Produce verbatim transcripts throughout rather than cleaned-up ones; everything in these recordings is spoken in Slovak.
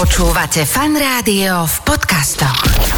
Počúvate Fan Rádio v podcastoch.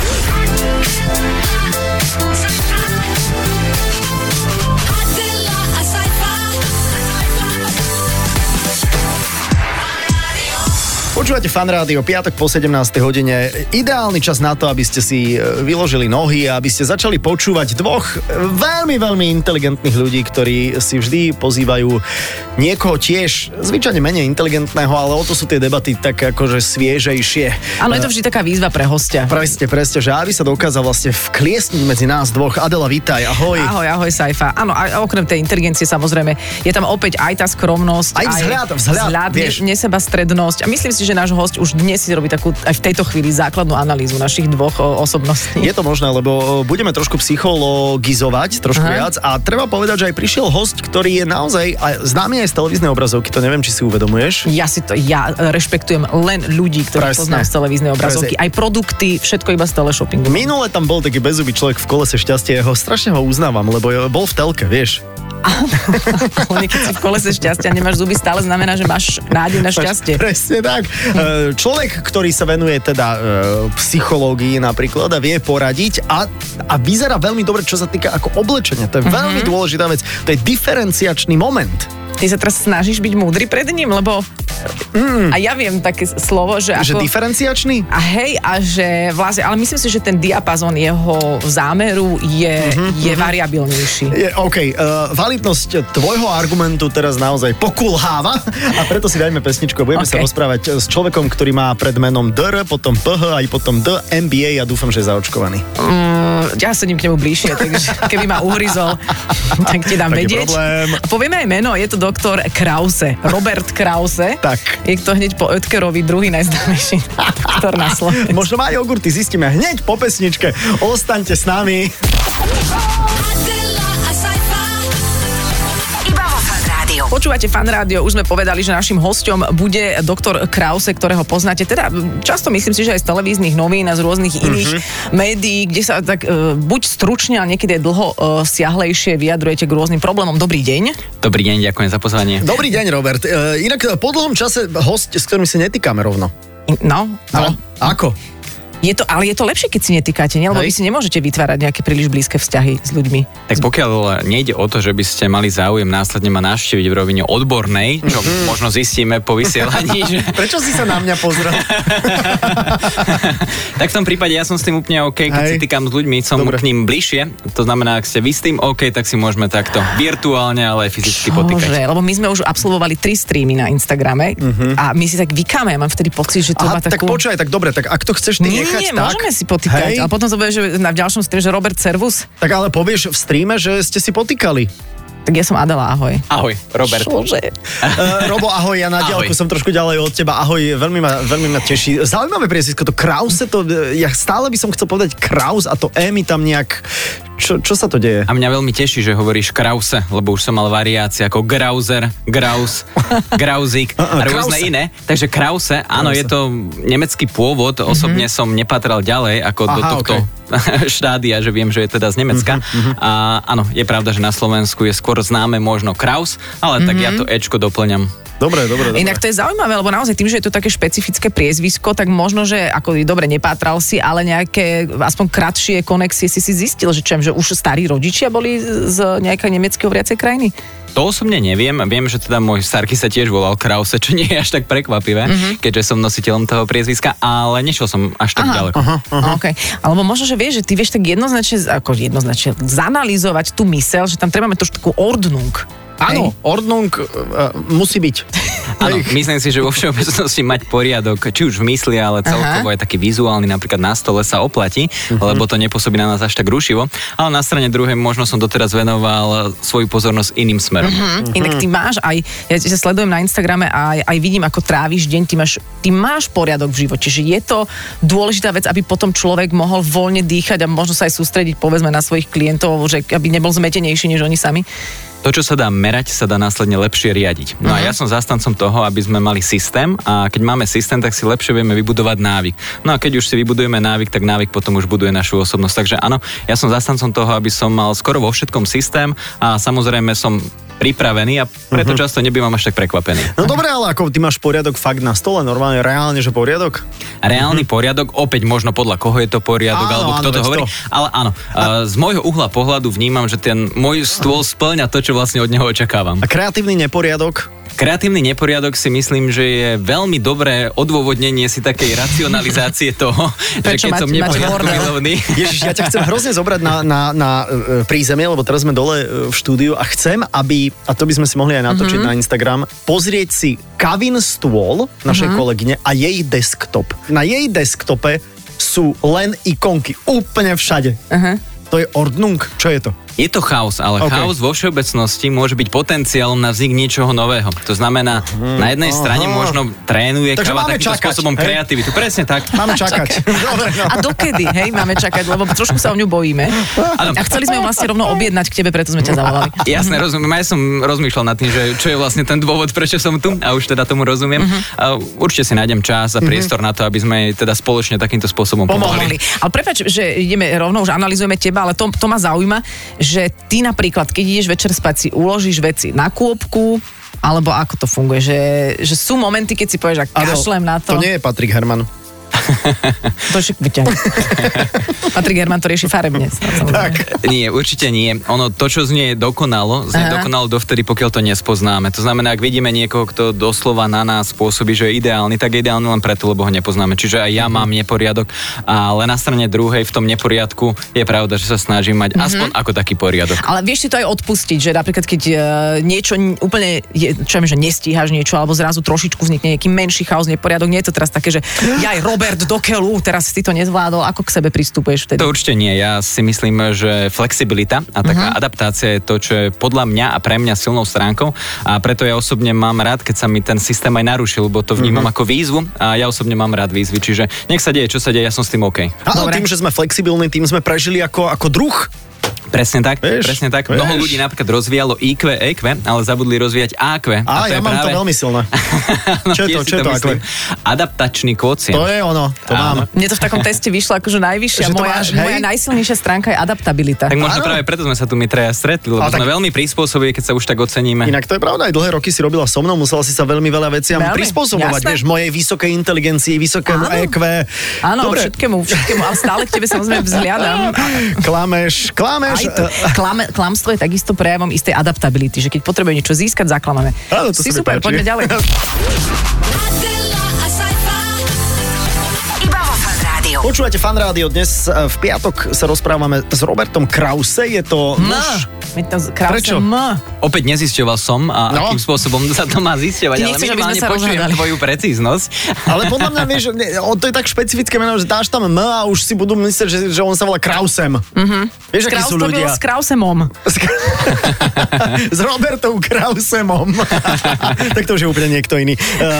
Počúvate Fan Rádio, piatok po sedemnástej hodine. Ideálny čas na to, aby ste si vyložili nohy a aby ste začali počúvať dvoch veľmi, veľmi inteligentných ľudí, ktorí si vždy pozývajú niekoho tiež zvyčajne menej inteligentného, ale o to sú tie debaty tak akože sviežejšie. Áno, je to vždy taká výzva pre hostia. Presne, presne, že aby sa dokázal vlastne vkliesniť medzi nás dvoch. Adela, vítaj, ahoj. Ahoj, ahoj, Saifa. Áno, a okrem tej inteligencie samozrejme je tam opäť aj tá skromnosť, aj vzhľad, vzhľad, vzhľad vieš. Nesebastrednosť. A myslím si, že náš host už dnes si robí takú aj v tejto chvíli základnú analýzu našich dvoch o, osobností. Je to možné, lebo budeme trošku psychologizovať, trošku Aha. viac a treba povedať, že aj prišiel host, ktorý je naozaj aj známy aj z televíznej obrazovky, to neviem, či si uvedomuješ. Ja si to, ja rešpektujem len ľudí, ktorých poznám z televíznej obrazovky, Presne. Aj produkty, všetko iba z teleshoppingu. Minule tam bol taký bezubý človek v kolese šťastia, jeho strašne ho uznávam, lebo bol v telke, vieš. Ale keď si v kolese šťastia nemáš zuby, stále znamená, že máš nádej na šťastie. Presne tak. Človek, ktorý sa venuje teda e, psychológii napríklad a vie poradiť a, a vyzerá veľmi dobre, čo sa týka ako oblečenia. To je mm-hmm. veľmi dôležitá vec. To je diferenciačný moment. Ty sa teraz snažíš byť múdry pred ním, lebo mm. a ja viem také slovo, že Že ako... diferenciačný? A hej, a že vlastne, ale myslím si, že ten diapazón jeho zámeru je, mm-hmm, je mm-hmm. variabilnejší. Je, OK, uh, validnosť tvojho argumentu teraz naozaj pokulháva a preto si dajme pesničku a budeme okay. sa rozprávať s človekom, ktorý má pred menom dé er, potom pé há, aj potom D, em bé á a dúfam, že je zaočkovaný. Mm, ja sedím k nemu bližšie, takže keby ma uhryzol, tak ti dám vedieť. A povieme aj meno, je to doktor Krause, Robert Krause. Tak. Je to hneď po Oetkerovi druhý najznámejší doktor na Slovensku. Možno má jogurty, zistíme hneď po pesničke. Ostaňte s nami. Počúvate Fan Rádio, už sme povedali, že našim hosťom bude doktor Krause, ktorého poznáte. Teda často myslím si, že aj z televíznych novín a z rôznych iných uh-huh. médií, kde sa tak uh, buď stručne, ale niekedy dlho uh, siahlejšie vyjadrujete k rôznym problémom. Dobrý deň. Dobrý deň, ďakujem za pozvanie. Dobrý deň, Robert. Uh, inak po dlhom čase host, s ktorým si netýkame rovno. No, no. Ako? Je to, ale je to lepšie, keď si netýkate, nie? Lebo Hej. vy si nemôžete vytvárať nejaké príliš blízke vzťahy s ľuďmi. Tak pokiaľ nejde o to, že by ste mali záujem následne ma navštíviť v rovine odbornej, čo mm-hmm. možno zistíme po vysielaní, že... Prečo si sa na mňa pozrel? Tak v tom prípade ja som s tým úplne OK, keď Hej. si týkam s ľuďmi, som Dobre. K ním bližšie. To znamená, ak ste vy s tým OK, tak si môžeme takto virtuálne, ale aj fyzicky potýkať. Čože? Lebo my sme už absolvovali tri streamy na Instagrame mm-hmm. a my si tak vykáme, ja mám vtedy pocit, že to Aha, má takú... tak počúvaj, tak dobre, tak ak to chceš ty nie, nechať nie, tak... Môžeme si potýkať, a potom to bude, že na ďalšom streame, že Robert Servus. Tak ale povieš v streame, že ste si potýkali. Tak ja som Adela, ahoj. Ahoj, Robert. Čože? Uh, Robo, ahoj, ja na diaľku som trošku ďalej od teba. Ahoj, veľmi ma, veľmi ma teší. Zaujímavé priezvisko, to Krause, to, ja stále by som chcel povedať Kraus a to E mi tam nejak... Čo, čo sa to deje? A mňa veľmi teší, že hovoríš Krause, lebo už som mal variácie ako Grauser, Graus, Grausik a rôzne iné. Takže Krause, áno, Krause. Je to nemecký pôvod. Mm-hmm. Osobne som nepatral ďalej ako Aha, do tohto okay. štádia, že viem, že je teda z Nemecka. Mm-hmm. A áno, je pravda, že na Slovensku je skôr známe možno Kraus, ale mm-hmm. tak ja to Ečko doplňam. Dobre, dobre, dobre. Inak to je zaujímavé, lebo naozaj tým, že je to také špecifické priezvisko, tak možno, že ako dobre nepátral si, ale nejaké aspoň kratšie konexie si si zistil, že čem, že už starí rodičia boli z nejakej nemeckej hovoriacej krajiny? To osobne neviem. Viem, že teda môj starky sa tiež volal Krause, čo nie je až tak prekvapivé, mm-hmm. keďže som nositeľom toho priezviska, ale nešiel som až tak aha, ďaleko. Aha, aha. Okay. Alebo možno, že vieš, že ty vieš tak jednoznačne, ako jednoznačne zanalýzovať tú myseľ, že tam treba mať trošku takú Ordnung. Áno, Ordnung uh, musí byť. Áno, myslím si, že vo všeobecnosti mať poriadok, či už v mysli, ale celkovo aj taký vizuálny, napríklad na stole sa oplatí, uh-huh. lebo to nepôsobí na nás až tak rušivo. Ale na strane druhej možno som doteraz venoval svoju pozornosť iným smerom. Uh-huh. Uh-huh. Inak ty máš aj, ja sa sledujem na Instagrame a aj, aj vidím, ako tráviš deň, ty máš, ty máš poriadok v živote, že je to dôležitá vec, aby potom človek mohol voľne dýchať a možno sa aj sústrediť, povedzme, na svojich klientov, že aby nebol zmetenejší než oni sami. To, čo sa dá merať, sa dá následne lepšie riadiť. No uh-huh. a ja som zástancom toho, aby sme mali systém a keď máme systém, tak si lepšie vieme vybudovať návyk. No a keď už si vybudujeme návyk, tak návyk potom už buduje našu osobnosť. Takže áno, ja som zástancom toho, aby som mal skoro vo všetkom systém a samozrejme som pripravený a preto uh-huh. často nebývam až tak prekvapený. No dobre, ale ako ty máš poriadok fakt na stole, normálne, reálne, že poriadok? Reálny uh-huh. poriadok, opäť možno podľa koho je to poriadok, áno, alebo kto áno, to hovorí. To. Ale áno, a... z môjho uhla pohľadu vnímam, že ten môj stôl spĺňa to, čo vlastne od neho očakávam. A kreatívny neporiadok? Kreatívny neporiadok si myslím, že je veľmi dobré odôvodnenie si takej racionalizácie toho, prečo že keď máte, som neporiadku milovný. Ježiš, ja ťa chcem hrozne zobrať na, na, na prízemie, lebo teraz sme dole v štúdiu a chcem, aby, a to by sme si mohli aj natočiť mm-hmm. na Instagram, pozrieť si Kavin stôl našej mm-hmm. kolegyne a jej desktop. Na jej desktope sú len ikonky úplne všade. Uh-huh. To je Ordnung? Čo je to? Je to chaos, ale okay. chaos vo všeobecnosti môže byť potenciálom na vznik niečoho nového. To znamená, hmm. na jednej Aha. strane možno trénuje káva takýmto čakať, spôsobom hej? kreativitu. Presne tak. Máme čakať. Dobre, no. A dokedy, hej, máme čakať, lebo trošku sa o ňu bojíme. Ano. A chceli sme ju vlastne rovno objednať k tebe, preto sme ťa zavolali. Jasné, rozumiem. Ja som rozmýšľal nad tým, že čo je vlastne ten dôvod, prečo som tu, a už teda tomu rozumiem. Uh-huh. A určite si nájdem čas a priestor uh-huh. na to, aby sme teda spoločne takýmto spôsobom pomohli. pomohli. Ale prepáč, že ideme rovno, už analyzujeme teba, ale to, to ma zaujíma, že ty napríklad, keď ideš večer spať, si uložíš veci na kôpku, alebo ako to funguje, že, že sú momenty, keď si povieš, že kašlem na to. To nie je Patrik Herman. To však vyťahne. Patrik Herman to rieši farebne. Tak. Nie, určite nie. Ono, to, čo znie dokonalo, znie Aha. dokonalo dovtedy, pokiaľ to nespoznáme. To znamená, ak vidíme niekoho, kto doslova na nás pôsobí, že je ideálny, tak je ideálny len preto, lebo ho nepoznáme. Čiže aj ja mám neporiadok, ale na strane druhej v tom neporiadku je pravda, že sa snažím mať mm-hmm. aspoň ako taký poriadok. Ale vieš si to aj odpustiť, že napríklad keď uh, niečo úplne, je, čo viem, že nestíhaš niečo, alebo zrazu trošičku vznikne nejaký menší chaos, neporiadok, nie je to teraz také, že ja aj Robert do keľu, teraz si to nezvládol, ako k sebe pristupuješ vtedy? To určite nie. Ja si myslím, že flexibilita a taká uh-huh. adaptácia je to, čo je podľa mňa a pre mňa silnou stránkou a preto ja osobne mám rád, keď sa mi ten systém aj narušil, lebo to vnímam uh-huh. ako výzvu a ja osobne mám rád výzvy, čiže nech sa deje, čo sa deje, ja som s tým OK. Ale tým, že sme flexibilní, tým sme prežili ako, ako druh. Presne tak, vieš, presne tak. Vieš. Mnoho ľudí napríklad rozvíjalo í kvé, é kvé, ale zabudli rozvíjať á kvé. Á, ja mám práve... to veľmi silné. no, čo je to, čo je to á kvé? Adaptačný kvocient. To je ono, to mám. Mne to v takom teste vyšlo akože najvyššia. Moja, máš, moja najsilnejšia stránka je adaptabilita. Tak možno áno. práve preto sme sa tu my traja stretli, lebo tak... sme veľmi prispôsobili, keď sa už tak oceníme. Inak to je pravda, aj dlhé roky si robila so mnou, musela si sa veľmi veľa veciam prispôsobovať, vieš, mojej vysokej inteligencii, vysokému é kvé. Áno, všetkému, všetkému, ale stále k tebe samozrejme vzhliadam. Klameš, klameš. Klame, klamstvo je takisto prejavom istej adaptability, že keď potrebuje niečo získať, zaklamáme. Áno, to si sa super, páči. Poďme ďalej. Počúvate Fan Rádio, dnes v piatok sa rozprávame s Robertom Krause, je to muž... Prečo? M. Opäť nezisťoval som, a no. akým spôsobom sa to má zisťovať, ale minimálne počujem tvoju precíznosť. Ale podľa mňa, vieš, to je tak špecifické meno, že dáš tam M a už si budú myslieť, že, že on sa volá Krausem. Mm-hmm. Vieš, akí sú ľudia? S Krausemom. S Robertom Krausemom. Tak to už je úplne niekto iný.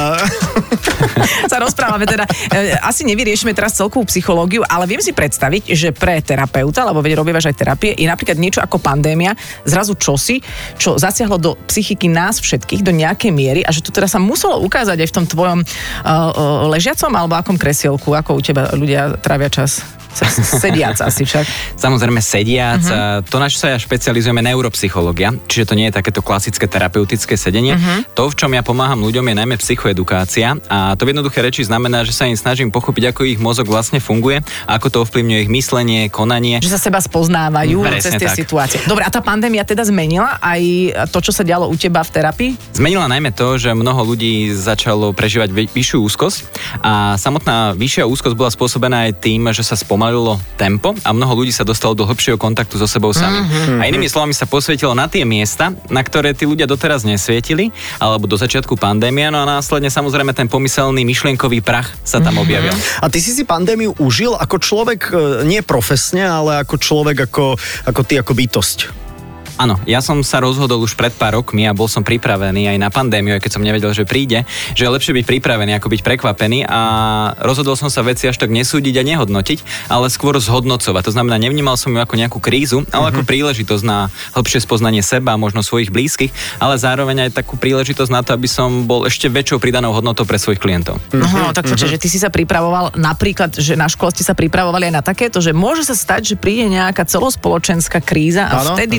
Sa rozprávame teda. Asi nevyriešime teraz celkovú psychológiu, ale viem si predstaviť, že pre terapeuta, lebo veď robívaš aj terapie, je napríklad niečo ako pandémia, zrazu čosi, čo zasiahlo do psychiky nás všetkých do nejakej miery a že to teda sa muselo ukázať aj v tom tvojom uh, uh, ležiacom alebo akom kresielku, ako u teba ľudia trávia čas? Sediac asi však. Samozrejme sediac. Uh-huh. To, na čo sa ja špecializujeme, neuropsychológia, čiže to nie je takéto klasické terapeutické sedenie. Uh-huh. To, v čom ja pomáham ľuďom, je najmä psychoedukácia a to v jednoduché reči znamená, že sa im snažím pochopiť, ako ich mozog vlastne funguje, ako to ovplyvňuje ich myslenie, konanie. Že sa seba spoznávajú cez tie situácie. Dobre, a tá pandémia teda zmenila aj to, čo sa dialo u teba v terapii? Zmenila najmä to, že mnoho ľudí začalo prežívať vyššiu úzkosť a samotná vyššia úzkosť bola spôsobená aj tým, že sa spomalilo tempo a mnoho ľudí sa dostalo do hlbšieho kontaktu so sebou samým. Mm-hmm. A inými slovami sa posvietilo na tie miesta, na ktoré tí ľudia doteraz nesvietili, alebo do začiatku pandémie, no a následne samozrejme ten pomyselný myšlienkový prach sa tam objavil. Mm-hmm. A ty si si pandémiu užil ako človek, nie profesne, ale ako človek, ako, ako ty, ako bytosť? Áno, ja som sa rozhodol už pred pár rokmi a bol som pripravený aj na pandémiu, aj keď som nevedel, že príde, že je lepšie byť pripravený, ako byť prekvapený a rozhodol som sa veci až tak nesúdiť a nehodnotiť, ale skôr zhodnocovať. To znamená, nevnímal som ju ako nejakú krízu, ale ako príležitosť na hlbšie spoznanie seba a možno svojich blízkych, ale zároveň aj takú príležitosť na to, aby som bol ešte väčšou pridanou hodnotou pre svojich klientov. No, tak počkaj, že ty si sa pripravoval napríklad, že na škole ste sa pripravovali aj na takéto, že môže sa stať, že príde nejaká celospoločenská kríza a ano, vtedy to riešte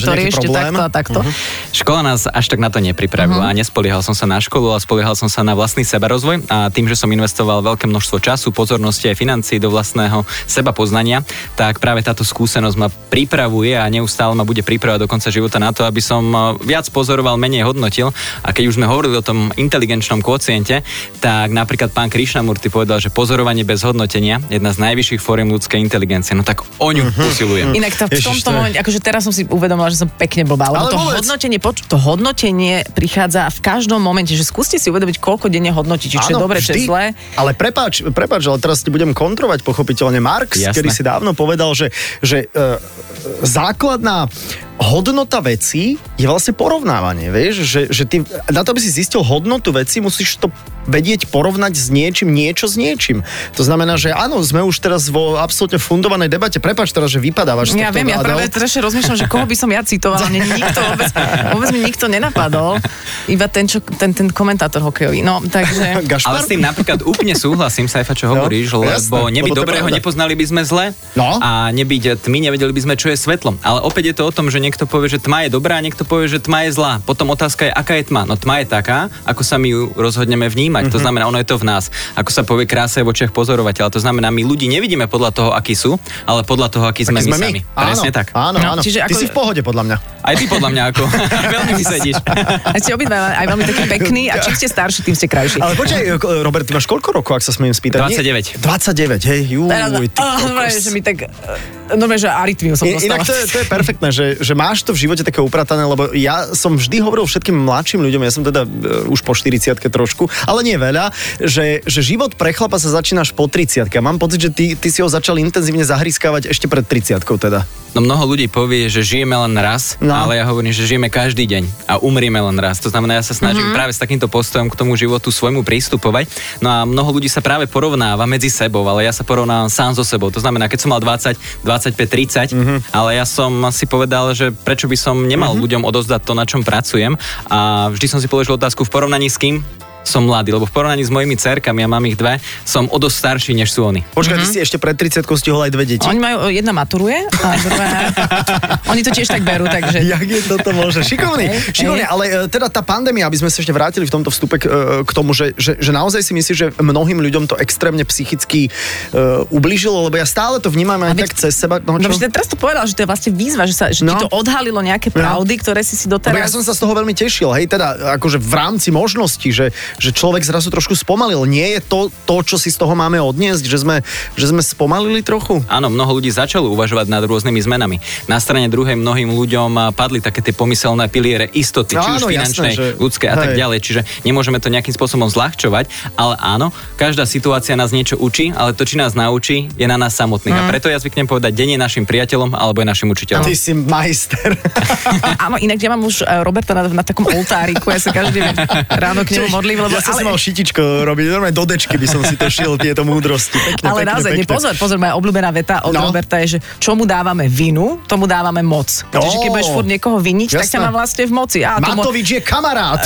bude takto a takto. Uh-huh. Škola nás až tak na to nepripravila. Uh-huh. Nespoliehal som sa na školu, ale spoliehal som sa na vlastný sebarozvoj a tým, že som investoval veľké množstvo času, pozornosti aj financií do vlastného seba poznania, tak práve táto skúsenosť ma pripravuje a neustále ma bude pripravovať do konca života na to, aby som viac pozoroval, menej hodnotil. A keď už sme hovorili o tom inteligenčnom kvociente, tak napríklad pán Krishnamurti povedal, že pozorovanie bez hodnotenia je jedna z najvyšších fóriem ľudskej inteligencie. No tak o ňu uh-huh. usilujem. Inak to v tomto momente, akože teraz som si uvedomila, že som pekne blbá, lebo to hodnotenie, to hodnotenie prichádza v každom momente, že skúste si uvedomiť, koľko denne hodnotíte, čo je dobre, čo je zlé. Ale prepáč, prepáč, ale teraz ti budem kontrovať pochopiteľne. Marx, Jasné. Kedy si dávno povedal, že, že uh, základná hodnota vecí je vlastne porovnávanie, vieš, že, že ty, na to, aby si zistil hodnotu veci, musíš to vedieť porovnať s niečím, niečo s niečím. To znamená, že áno, sme už teraz vo absolútne fundovanej debate. Prepáč teraz, že vypadávaš z Ja viem, ja práve teraz rozmýšľam, že koho by som ja citovala. Mne nikto vôbec, vôbec mi nikto nenapadol. Iba ten, čo, ten, ten komentátor hokejový. No, takže... Ale s tým napríklad úplne súhlasím, Saifa, čo hovoríš, no, lebo jasné, nebyť lebo dobrého nepoznali by sme zle no. a nebyť tmy, nevedeli by sme, čo je svetlo. Ale opäť je to o tom, že niekto povie, že tma je dobrá, a niekto povie, že tma je zlá. Potom otázka je, aká je tma. No tma je taká, ako sa my ju rozhodneme vnímať. Mm-hmm. To znamená, ono je to v nás. Ako sa povie, krása je v očiach pozorovateľa. To znamená, my ľudí nevidíme podľa toho, akí sú, ale podľa toho, akí sme, my, sme my sami. Áno, presne tak. Áno, áno. Čiže ty ako... si v pohode podľa mňa. Aj ty podľa mňa ako. Veľmi mi sedíš. A ste obidva aj veľmi taký pekný a čím ste starší, tým ste krajší. Ale počkaj, Robert, ty máš koľko rokov, ak sa smiem spýtať? dvadsaťdeväť. dvadsaťdeväť, hej. Júj, ty kokos. Že mi tak normálne, že arytmiu som dostala. Inak to je, to je perfektné, že, že máš to v živote také upratané, lebo ja som vždy hovoril všetkým mladším ľuďom, ja som teda uh, už po štyridsiatke trošku, ale nie veľa, že, že život pre chlapa sa začína až po tridsiatke. A mám pocit, že ty, ty si ho začal intenzívne zahryskávať ešte pred tridsiatkou teda. No mnoho ľudí povie, že žijeme len raz, no. ale ja hovorím, že žijeme každý deň a umrieme len raz. To znamená, ja sa snažím mm-hmm. práve s takýmto postojom k tomu životu svojmu pristupovať. No a mnoho ľudí sa práve porovnáva medzi sebou, ale ja sa porovnávam sám so sebou. To znamená, keď som mal dvadsať, dvadsaťpäť, tridsať, mm-hmm. ale ja som si povedal, že prečo by som nemal mm-hmm. ľuďom odozdať to, na čom pracujem. A vždy som si položil otázku, v porovnaní s kým som mladý, lebo v porovnaní s mojimi dcerkami, ja mám ich dve, som o dosť starší, než sú oni. Počkaj, mm-hmm. ty si ešte pred tridsiatkou stihol aj dve deti. Oni majú, jedna maturuje a druhá... Oni to tiež tak berú, takže... Jak je toto možné? Šikovný, hey, šikovný, hey. Ale teda tá pandémia, aby sme sa ešte vrátili v tomto vstupe k, k tomu, že, že, že naozaj si myslíš, že mnohým ľuďom to extrémne psychicky uh, ublížilo, lebo ja stále to vnímam aj tak cez seba. No, no, teraz to povedal, že to je vlastne výzva, že, sa, že no. ti to odhalilo nejaké pravdy, no. ktoré si si doteraz... Lebo ja som sa z toho veľmi tešil, hej, teda akože v rámci možností, že že človek zrazu trošku spomalil. Nie je to to, čo si z toho máme odniesť, že sme, že sme spomalili trochu? Áno, mnoho ľudí začalo uvažovať nad rôznymi zmenami. Na strane druhej mnohým ľuďom padli také tie pomyselné piliere istoty, no, či už áno, finančnej, jasné, že... ľudskej a hej. tak ďalej. Čiže nemôžeme to nejakým spôsobom zľahčovať, ale áno, každá situácia nás niečo učí, ale to, či nás naučí, je na nás samotných. Mm. A preto ja zvyknem povedať, deň je našim priateľom alebo je našim učiteľom. Ty si majster. Áno, inak ja mám už Roberta na, na takom oltáriku, ja sa každý ráno k nemu modlím, lebo ja som ale... si mal šitičko robiť, normálne do dečky by som si to šiel, tieto múdrosti. Pekne, ale pekne, naozaj, pekne. pozor, pozor, moja obľúbená veta od no. Roberta je, že čomu dávame vinu, tomu dávame moc. No. Čiže keď budeš furt niekoho viniť, jasná. tak ťa má vlastne v moci. Á, Matovič mo... je kamarát.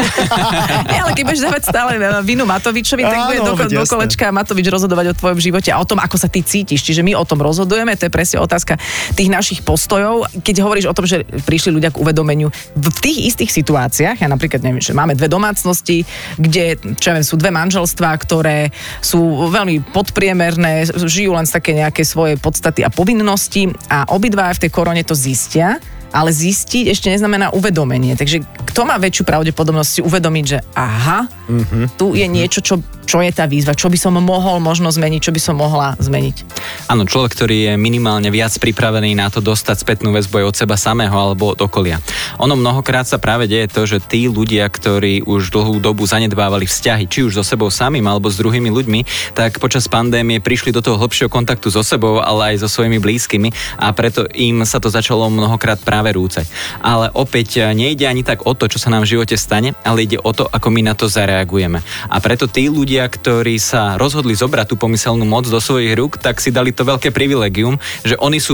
Nie, ale keď budeš dávať stále vinu Matovičovi, tak bude do, do kolečka Matovič rozhodovať o tvojom živote a o tom, ako sa ty cítiš. Čiže my o tom rozhodujeme, to je presne otázka tých našich postojov. Keď hovoríš o tom, že prišli ľudia k uvedomeniu v tých istých situáciách, ja napríklad neviem, že máme dve domácnosti, kde, čo ja viem, sú dve manželstvá, ktoré sú veľmi podpriemerné, žijú len z také nejaké svoje podstaty a povinnosti a obidva v tej korone to zistia, ale zistiť ešte neznamená uvedomenie. Takže kto má väčšiu pravdepodobnosť si uvedomiť, že aha, mm-hmm. tu je niečo, čo, čo je tá výzva, čo by som mohol možno zmeniť, čo by som mohla zmeniť. Áno, človek, ktorý je minimálne viac pripravený na to dostať spätnú väzbu od seba samého alebo od okolia. Ono mnohokrát sa práve deje to, že tí ľudia, ktorí už dlhú dobu zanedbávali vzťahy, či už so sebou samým alebo s druhými ľuďmi, tak počas pandémie prišli do toho hlbšieho kontaktu so sebou, ale aj so svojimi blízkymi a preto im sa to začalo mnohokrát práve rúcať. Ale opäť nejde ani tak o to, čo sa nám v živote stane, ale ide o to, ako my na to zareagujeme. A preto tí ľudia, ktorí sa rozhodli zobrať tú pomyselnú moc do svojich rúk, tak si dali to veľké privilegium, že oni sú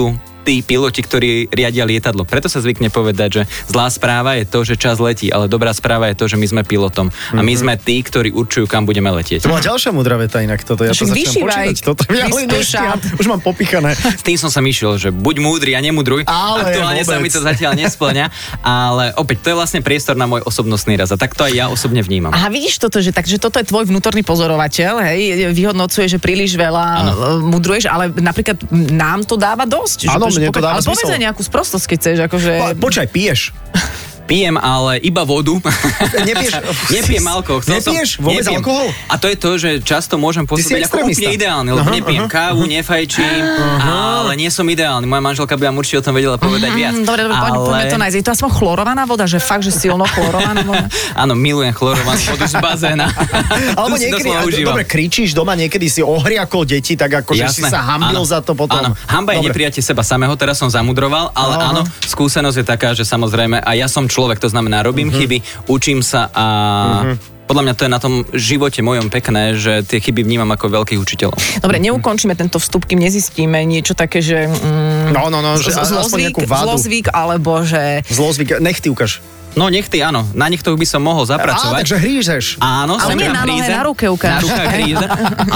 tí piloti, ktorí riadia lietadlo. Preto sa zvykne povedať, že zlá správa je to, že čas letí, ale dobrá správa je to, že my sme pilotom. A my sme tí, ktorí určujú, kam budeme letieť. To bola ďalšia múdra veta inak toto. Ja to začnem počítať. Toto ja len neštíham. Už mám popíchané. S tým som sa myšiel, že buď múdry a nemudruj. Ale aktuálne vôbec. sa mi to zatiaľ nespĺňa. Ale opäť, to je vlastne priestor na môj osobnostný raz. A tak to aj ja osobne vnímam. Aha, vidíš toto, že takže toto je tvoj vnútorný pozorovateľ, hej, vyhodnocuje, že príliš veľa ano. mudruješ, ale napríklad nám to dáva dosť. Áno, mne to dáva ale povedz aj nejakú sprostosť, keď chceš, akože... Po, počkaj, piješ. Pijem, ale iba vodu. Nepiješ? Nepijem alkohol. Chcel Nepiješ som, vôbec nepiem. alkohol? A to je to, že často môžem pôsobiť ako úplne ideálny, lebo Aha, nepijem aha, kávu, nefajčím, ale nie som ideálny. Moja manželka by vám určite o tom vedela povedať viac. Mm, dobre, dobre, ale... poďme to nájsť. Je to aspoň chlorovaná voda, že fakt, že silno chlorovaná voda. Áno, milujem chlorovanú vodu z bazéna. Alebo niekedy, dobre, kričíš doma, niekedy si ohriakol deti, tak ako, že si sa hambil za to potom. Áno, hamba je neprijatie seba samého, teraz som zamudroval, ale áno, skúsenosť je taká, že samozrejme, a ja som človek, to znamená, robím uh-huh. chyby, učím sa a uh-huh. podľa mňa to je na tom živote mojom pekné, že tie chyby vnímam ako veľkých učiteľov. Dobre, neukončíme tento vstup, kým nezistíme niečo také, že... Mm, no, no, no, že zlozvyk, zlozvyk, alebo že... Zlozvyk, nech ty ukáž. No nechty, áno. Na nechtoch by som mohol zapracovať. Á, takže hrížeš. Áno, ale sem nie na nohe, na ruke ukáž. Na rukách hríže.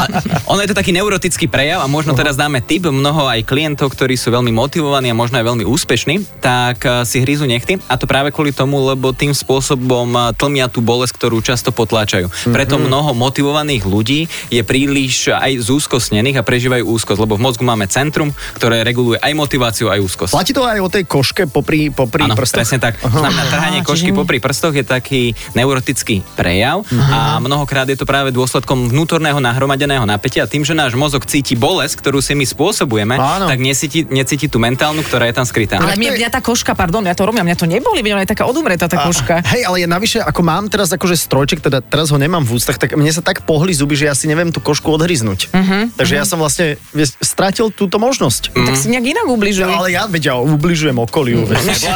Ono je to taký neurotický prejav a možno teraz dáme tip. Mnoho aj klientov, ktorí sú veľmi motivovaní a možno aj veľmi úspešní, tak si hrízu nechty. A to práve kvôli tomu, lebo tým spôsobom tlmia tú bolesť, ktorú často potláčajú. Mm-hmm. Preto mnoho motivovaných ľudí je príliš aj zúskostnených a prežívajú úzkosť, lebo v mozgu máme centrum, ktoré reguluje aj motiváciu, aj úzkosť. Platí to aj o tej koške popri, popri áno, prstoch? Presne tak. Znamená, trhanie košky popri prstoch je taký neurotický prejav uh-huh. a mnohokrát je to práve dôsledkom vnútorného nahromadeného napätia. Tým, že náš mozog cíti bolesť, ktorú si my spôsobujeme, áno. tak necíti, necíti tú mentálnu, ktorá je tam skrytá. Ale mňa, mňa tá koška, pardon, ja to robím, mňa to neboli, mňa je taká odumretá tá koška. A, hej, ale je navyše, ako mám teraz akože strojček, teda teraz ho nemám v ústach, tak mne sa tak pohli zuby, že ja si neviem tú košku odhryznúť. Uh-huh. Takže uh-huh. ja som vlastne vieš, stratil túto možnosť. Uh-huh. Tak si nejak inak ubližujem. Ja, ale ja veď ja ubližujem okoliu.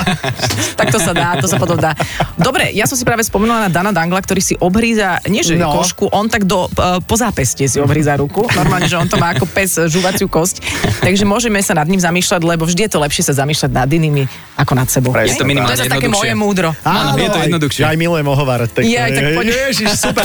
Tak to sa dá, to sa potom dá. Dobre, ja som si práve spomenula na Dana Dangla, ktorý si obhríza, nie že no. košku, on tak do, uh, po zápestie si obhríza ruku. Normálne, že on to má ako pes žuvaciu kosť. Takže môžeme sa nad ním zamýšľať, lebo vždy je to lepšie sa zamýšľať nad inými ako nad sebou. Je to minimálne jednoduchšie. To je také moje múdro. Áno, je to jednoduchšie. Ja aj milujem ohovárať. Tak ja aj tak poď. Ježiš, super.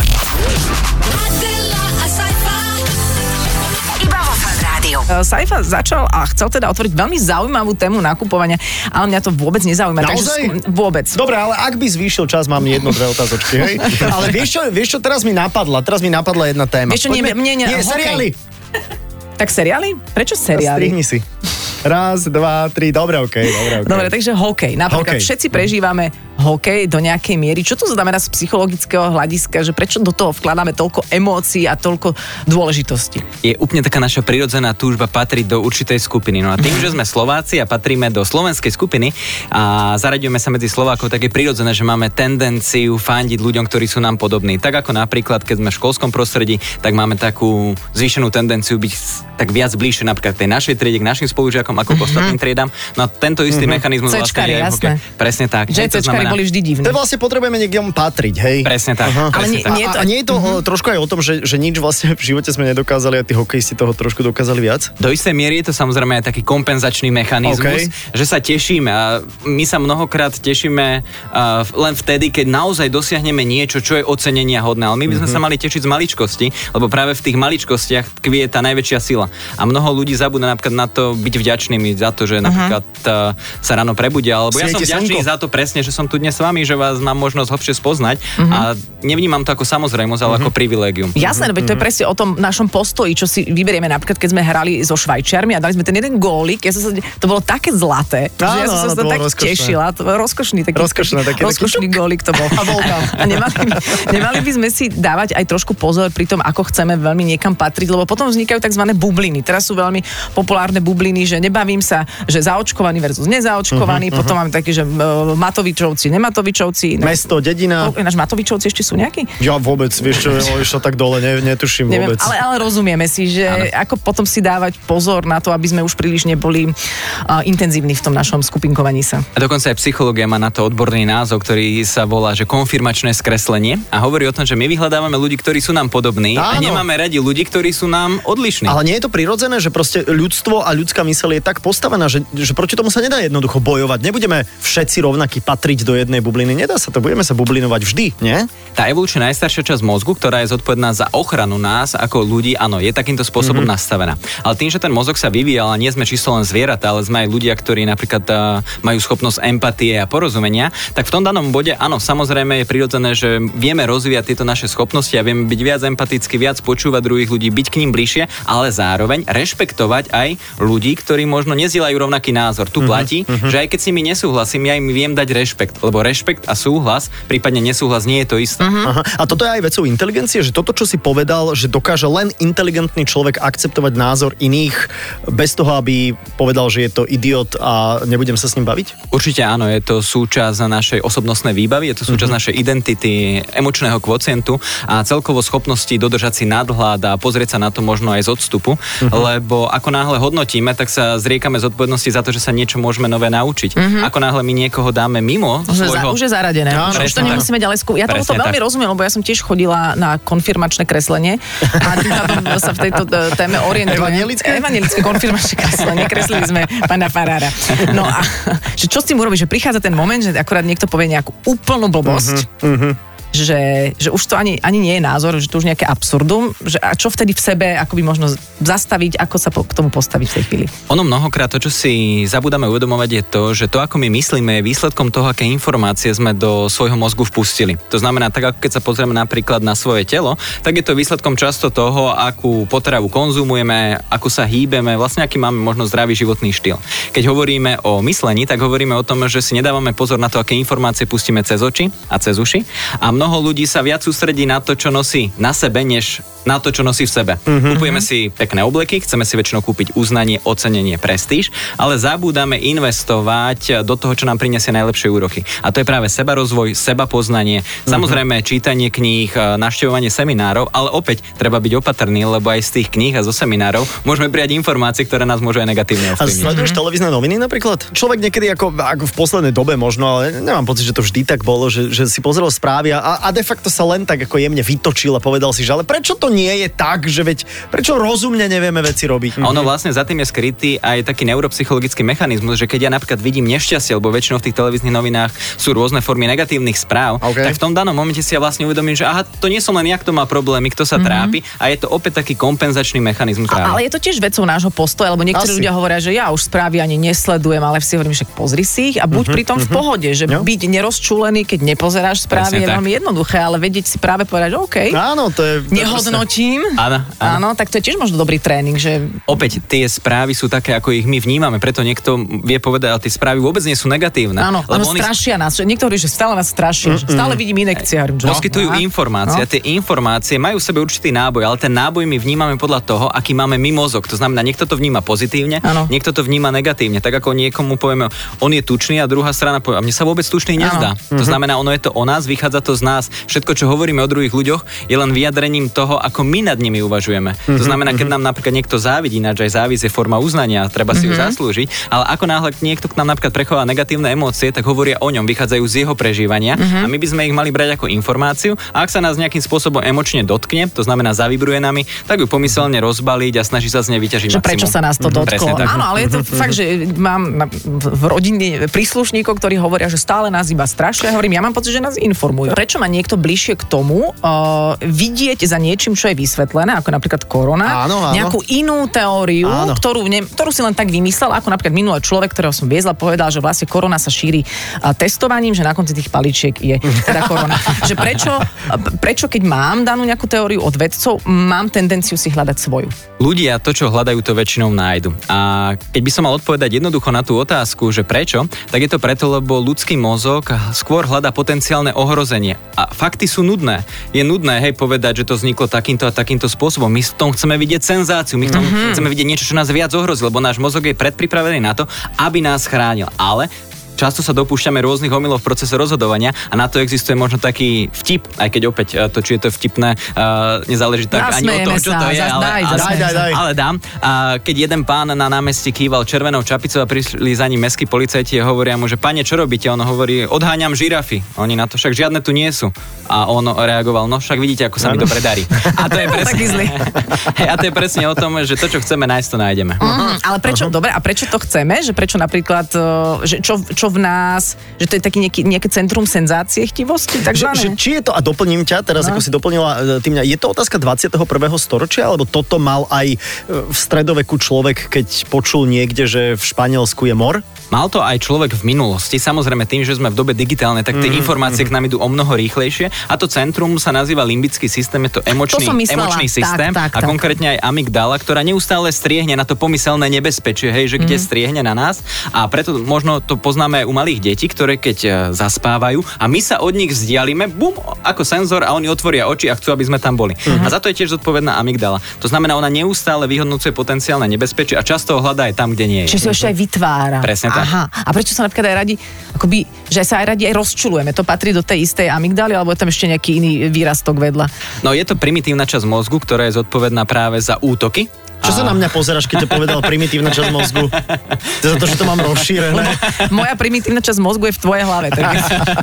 Saifa začal a chcel teda otvoriť veľmi zaujímavú tému nakupovania, ale mňa to vôbec nezaujíma. Naozaj? Takže vôbec. Dobre, ale ak by zvýšil čas, mám jedno, dve otázočky, hej? Ale vieš čo, vieš čo, teraz mi napadla, teraz mi napadla jedna téma. Vieš čo, nie, mne, nie, nie, seriály. Tak seriály? Prečo seriály? Strihni si. Raz, dva, tri, dobre, okej, okay, dobre, okej. Okay. Dobre, takže hokej. Napríklad okay. všetci prežívame hokej do nejakej miery. Čo to znamená z psychologického hľadiska, že prečo do toho vkladáme toľko emócií a toľko dôležitosti? Je úplne taká naša prirodzená túžba patriť do určitej skupiny. No a tým, že sme Slováci a patríme do slovenskej skupiny a zaraďujeme sa medzi Slovákov, tak je prirodzené, že máme tendenciu fandiť ľuďom, ktorí sú nám podobní. Tak ako napríklad, keď sme v školskom prostredí, tak máme takú zvýšenú tendenciu byť tak viac bližšie napríklad tej našej triede, k našim spolužiakom ako k ostatným triedám. No a tento istý mm-hmm. mechanizmus Cečkari, vlastne je jasné. Presne tak. Že cečkari boli vždy divní. To vlastne potrebujeme niekde patriť, hej? Presne tak. Aha. Ale nie, tak. nie je to... A, a nie je to uh-huh. trošku aj o tom, že, že nič vlastne v živote sme nedokázali a tí hokejisti toho trošku dokázali viac? Do istej miery je to samozrejme aj taký kompenzačný mechanizmus, okay. že sa tešíme a my sa mnohokrát tešíme uh, len vtedy, keď naozaj dosiahneme niečo, čo je ocenenia hodné. Ale my by sme uh-huh. sa mali tešiť z maličkosti, lebo práve v tých maličkostiach tkvie tá najväčšia sila. A mnoho ľudí zabúda napríklad na to byť vďačnými za to, že napríklad uh, sa ráno prebudia, alebo ja som vďačný slnko. Za to presne, že som tu dnes s vami, že vás mám možnosť hlbšie spoznať uh-huh. a nevnímam to ako samozrejmosť, ale uh-huh. ako privilégium. Jasné, uh-huh. to je presne o tom našom postoji, čo si vyberieme napríklad, keď sme hrali so Švajčiarmi a dali sme ten jeden gólik, ja som sa, to bolo také zlaté, áno, že ja som sa tak rozkošné. tešila, to bol rozkošný taký, rozkošný, taký, rozkošný taký gólik to bol. A bol tam. A nemali, nemali by sme si dávať aj trošku pozor pri tom, ako chceme veľmi niekam patriť, lebo potom vznikajú tzv. Bubliny. Teraz sú veľmi populárne bubliny, že nebavím sa, že zaočkovaný versus nezaočkovaný, uh-huh, potom uh-huh. máme taký, že uh, Matovičovci si Nematovičovci. Mesto, dedina. Ináč Matovičovci ešte sú nejakí? Ja vôbec, vieš čo, išlo tak dole, ne, netuším Neviem, vôbec. ale, ale rozumieme si, že ano. Ako potom si dávať pozor na to, aby sme už príliš neboli uh, intenzívni v tom našom skupinkovaní sa. A dokonca aj psychológia má na to odborný názov, ktorý sa volá, že konfirmačné skreslenie a hovorí o tom, že my vyhľadávame ľudí, ktorí sú nám podobní a nemáme radi ľudí, ktorí sú nám odlišní. Ale nie je to prirodzené, že proste ľudstvo a ľudská myseľ je tak postavená, že, že proti tomu sa nedá jednoducho bojovať. Nebudeme všetci rovnakí patriť do jednej bubliny. Nedá sa to, budeme sa bublinovať vždy, nie? Tá evolučne najstaršia časť mozgu, ktorá je zodpovedná za ochranu nás ako ľudí, áno, je takýmto spôsobom mm-hmm. nastavená. Ale tým, že ten mozog sa vyvíjal a nie sme čisto len zvieratá, ale sme aj ľudia, ktorí napríklad uh, majú schopnosť empatie a porozumenia, tak v tom danom bode, áno, samozrejme je prirodzené, že vieme rozvíjať tieto naše schopnosti a vieme byť viac empaticky, viac počúvať druhých ľudí, byť k ním bližšie, ale zároveň rešpektovať aj ľudí, ktorí možno nezdieľajú rovnaký názor. Tu platí, mm-hmm. že aj keď s nimi nesúhlasím, ja im viem dať rešpekt, lebo rešpekt a súhlas, prípadne nesúhlas nie je to isté. Mm-hmm. Aha. A toto je aj vecou inteligencie, že toto, čo si povedal, že dokáže len inteligentný človek akceptovať názor iných bez toho, aby povedal, že je to idiot a nebudem sa s ním baviť? Určite áno, je to súčasť našej osobnostnej výbavy, je to súčasť mm-hmm. našej identity, emočného kvocientu a celkovo schopnosti dodržať si nadhľad a pozrieť sa na to možno aj z odstupu, mm-hmm. lebo ako náhle hodnotíme, tak sa zriekame zodpovednosti za to, že sa niečo môžeme nové naučiť. Mm-hmm. Ako náhle my niekoho dáme mimo už svojho... Je za, už je zaradené. Áno, už to nemusíme ďalej skúšať. Ja tomuto veľmi rozumiem, lebo ja som tiež chodila na konfirmačné kreslenie a tým pádom sa v tejto téme orientujem. Evangelické? Evangelické konfirmačné kreslenie. Kreslili sme pána farára. No a že čo s tým urobiť, že prichádza ten moment, že akorát niekto povie nejakú úplnú blbosť. Uh-huh, uh-huh. Že, že už to ani, ani nie je názor, že to už nejaké absurdum, že a čo vtedy v sebe akoby možno zastaviť, ako sa po, k tomu postaviť v tej chvíli. Ono mnohokrát to, čo si zabúdame uvedomovať, je to, že to, ako my myslíme, je výsledkom toho, aké informácie sme do svojho mozgu vpustili. To znamená, tak ako keď sa pozrieme napríklad na svoje telo, tak je to výsledkom často toho, akú potravu konzumujeme, ako sa hýbeme, vlastne aký máme možno zdravý životný štýl. Keď hovoríme o myslení, tak hovoríme o tom, že si nedávame pozor na to, aké informácie pustíme cez oči a cez uši. A mnoho ľudí sa viac sústredí na to, čo nosí na sebe, než na to, čo nosí v sebe. Mm-hmm. Kupujeme si pekné obleky, chceme si väčšinou kúpiť uznanie, ocenenie, prestíž, ale zabúdame investovať do toho, čo nám prinesie najlepšie úrochy. A to je práve sebarozvoj, sebapoznanie, mm-hmm. samozrejme čítanie kníh, navštevovanie seminárov, ale opäť treba byť opatrný, lebo aj z tých kníh a zo seminárov môžeme prijať informácie, ktoré nás môžu aj negatívne ovplyvniť. A sleduješ mm-hmm. televízne noviny napríklad? Človek niekedy ako, ako v poslednej dobe možno, ale nemám pocit, že to vždy tak bolo, že, že si pozrel správy a, a de facto sa len tak ako jemne vytočil a povedal si, že ale prečo to nie je tak, že veď prečo rozumne nevieme veci robiť? A ono vlastne za tým je skrytý aj taký neuropsychologický mechanizmus, že keď ja napríklad vidím nešťastie, lebo väčšinou v tých televíznych novinách sú rôzne formy negatívnych správ, okay. tak v tom danom momente si ja vlastne uvedomím, že aha, to nie som len ja, kto má problémy, kto sa mm-hmm. trápi a je to opäť taký kompenzačný mechanizmus. A, ale je to tiež vecou nášho postoja, lebo niektorí Asi. ľudia hovoria, že ja už správy ani nesledujem, ale si hovorím, že pozri si ich a buď mm-hmm. pritom v pohode, že no. byť nerozčúlený, keď nepozeráš správy, je veľmi jednoduché, ale vedieť si práve povedať, že OK, áno, to je, to nehodnotím. Áno, áno. áno, tak to je tiež možno dobrý tréning, že... Opäť, tie správy sú také, ako ich my vnímame, preto niekto vie povedať, ale tie správy vôbec nie sú negatívne. Áno, lebo oni strašia nás. Niekto hovorí, že stále nás strašia, mm, stále vidím inekcie. No, poskytujú no, informácie no. a tie informácie majú v sebe určitý náboj, ale ten náboj my vnímame podľa toho, aký máme my mozog. To znamená, niekto to vníma pozitívne, áno. niekto to vníma negatívne. Tak ako niekomu povieme, on je tučný a druhá strana povie, a mne sa vôbec tučný nezdá. Áno. To znamená, ono je to o nás, vychádza to z nás. Všetko, čo hovoríme o druhých ľuďoch, je len vyjadrením toho, ako my nad nimi uvažujeme. Mm-hmm. To znamená, keď nám napríklad niekto závidí, ináč aj závisť je forma uznania, treba si mm-hmm. ju zaslúžiť, ale ako náhle niekto k nám napríklad prechová negatívne emócie, tak hovoria o ňom, vychádzajú z jeho prežívania mm-hmm. a my by sme ich mali brať ako informáciu a ak sa nás nejakým spôsobom emočne dotkne, to znamená zavibruje nami, tak ju pomyselne rozbaliť a snaží sa z nej vyťažiť maximum. Prečo sa nás to mm-hmm. dotklo? Áno, ale je to fakt, že mám v rodine príslušníkov, ktorí hovoria, že stále nás iba strašia. Hovorím, ja mám pocit, že nás informujú. Prečo má niekto bližšie k tomu uh, vidieť za niečím, čo je vysvetlené, ako napríklad korona, áno, áno. nejakú inú teóriu, ktorú, ne, ktorú si len tak vymyslel, ako napríklad minulý človek, ktorého som viezla, povedal, že vlastne korona sa šíri uh, testovaním, že na konci tých paličiek je teda korona. Že prečo, prečo, keď mám danú nejakú teóriu od vedcov, mám tendenciu si hľadať svoju? Ľudia to, čo hľadajú, to väčšinou nájdu. A keď by som mal odpovedať jednoducho na tú otázku, že prečo, tak je to preto, lebo ľudský mozog skôr hľadá potenciálne ohrozenie. A fakty sú nudné. Je nudné, hej, povedať, že to vzniklo takýmto a takýmto spôsobom. My v tom chceme vidieť senzáciu, my v tom mm-hmm. chceme vidieť niečo, čo nás viac ohrozí, lebo náš mozog je predpripravený na to, aby nás chránil. Ale často sa dopúšťame rôznych omylov v procese rozhodovania a na to existuje možno taký vtip, aj keď opäť to, či je to vtipné, uh, nezáleží tak ani o tom, čo to je, ale, daj, ale, daj, daj, daj. ale dám. A keď jeden pán na námestí kýval červenou čapicou a prišli za ním mestskí policajti a hovoria mu, že pane, čo robíte? On hovorí, odháňam žirafy. Oni na to, však žiadne tu nie sú. A on reagoval, no však vidíte, ako sa mi dobre darí. A to je presne, a to je presne o tom, že to, čo chceme nájsť, to nájdeme. Mm, ale prečo, dobre, a prečo to chceme? Že prečo napríklad, že čo, čo v nás, že to je taký nejaký, nejaké centrum senzácie chtivosti, Že, že, či je to, a doplním ťa, teraz no. ako si doplnila ty mňa, je to otázka dvadsiateho prvého storočia, alebo toto mal aj v stredoveku človek, keď počul niekde, že v Španielsku je mor? Mal to aj človek v minulosti, samozrejme tým, že sme v dobe digitálnej, tak tie mm, informácie mm. k nám idú o mnoho rýchlejšie a to centrum sa nazýva limbický systém, je to emočný, to emočný systém tak, tak, a tak. Konkrétne aj amygdala, ktorá neustále striehne na to pomyselné nebezpečie, hej, že kde mm. striehne na nás a preto možno to poznáme aj u malých detí, ktoré keď zaspávajú a my sa od nich vzdialíme, bum, ako senzor a oni otvoria oči a chcú, aby sme tam boli. Mm. A za to je tiež zodpovedná amygdala. To znamená, ona neustále vyhodnocuje potenciálne nebezpečie a často ho hľadá aj tam, kde nie je. Čiže sa ešte aj vytvára. Presne tak. Aha. A prečo sa napríklad aj radi, akoby, že sa aj radi aj rozčulujeme? To patrí do tej istej amygdaly, alebo je tam ešte nejaký iný výrastok vedľa? No je to primitívna časť mozgu, ktorá je zodpovedná práve za útoky. Čo sa na mňa pozeráš, keď to povedal primitívna časť mozgu? To je za to, že to mám rozšírené. Moja primitívna časť mozgu je v tvojej hlave. Tak...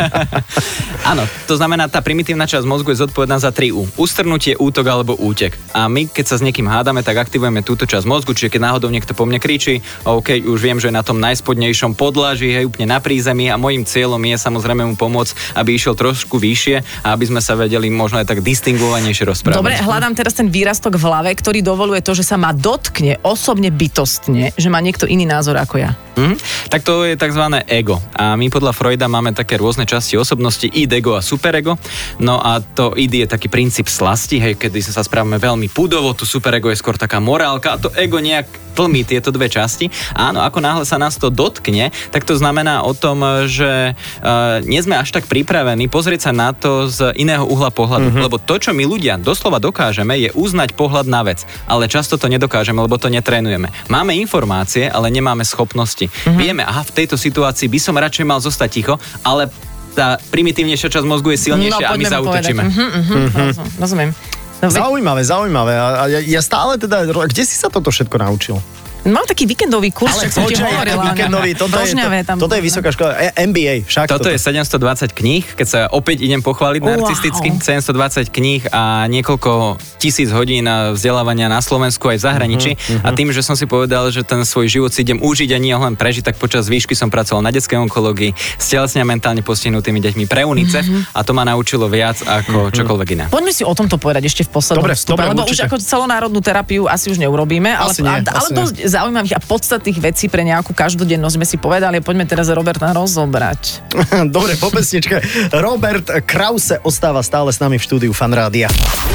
Áno, to znamená, tá primitívna časť mozgu je zodpovedná za tri U. Ustrnutie, útok alebo útek. A my, keď sa s niekým hádame, tak aktivujeme túto časť mozgu, čiže keď náhodou niekto po mne kričí, OK, už viem, že je na tom najspodnejšom podlaží, hej, úplne na prízemí a môjim cieľom je samozrejme mu pomôcť, aby išiel trošku vyššie a aby sme sa vedeli možno aj tak distingovanejšie rozprávať. Dobre, hľadám teraz ten výrastok v hlave, ktorý dovoluje to, že sa ma dotkne osobne bytostne, že má niekto iný názor ako ja. Mm, tak to je tzv. Ego. A my podľa Freuda máme také rôzne časti osobnosti, id, ego a superego. No a to id je taký princíp slasti, hej, kedy sa správame veľmi pudovo, tu superego je skôr taká morálka a to ego nejak tlmí tieto dve časti. Áno, ako náhle sa nás to dotkne, tak to znamená o tom, že uh, nie sme až tak pripravení pozrieť sa na to z iného uhla pohľadu. Mm-hmm. Lebo to, čo my ľudia doslova dokážeme, je uznať pohľad na vec. Ale často to nedokážeme, lebo to netrénujeme. Máme informácie, ale nemáme schopnosti. Mm-hmm. Vieme, aha, v tejto situácii by som radšej mal zostať ticho, ale tá primitívnejšia časť mozgu je silnejšia no, a my zaútočíme. Mm-hmm, mm-hmm. Rozumiem. No, zaujímavé, zaujímavé. A ja, ja stále teda, kde si sa toto všetko naučil? Mám taký víkendový kurz, ale čo som ti hovorila. Víkendový, toto, je, to, toto je vysoká škola, em bí ej, však toto. Toto je sedemstodvadsať kníh, keď sa opäť idem pochváliť wow. narcisticky, sedemstodvadsať kníh a niekoľko tisíc hodín vzdelávania na Slovensku aj v zahraničí. Uh-huh, uh-huh. A tým, že som si povedal, že ten svoj život si idem užiť a nie len prežiť, tak počas výšky som pracoval na detskej onkológii s telesne a mentálne postihnutými deťmi pre UNICEF uh-huh. a to ma naučilo viac ako uh-huh. čokoľvek iné. Poďme si o tomto povedať ešte v poslednom dobre, vstupe, dobre, lebo určite. Už ako celonárodnú terapiu asi už neurobíme, ale, nie, ale dosť zaujímavých a podstatných vecí pre nejakú každodennosť sme si povedali. Poďme teraz Roberta rozobrať. Dobre, po pesničke. Robert Krause ostáva stále s nami v štúdiu Fan Rádia.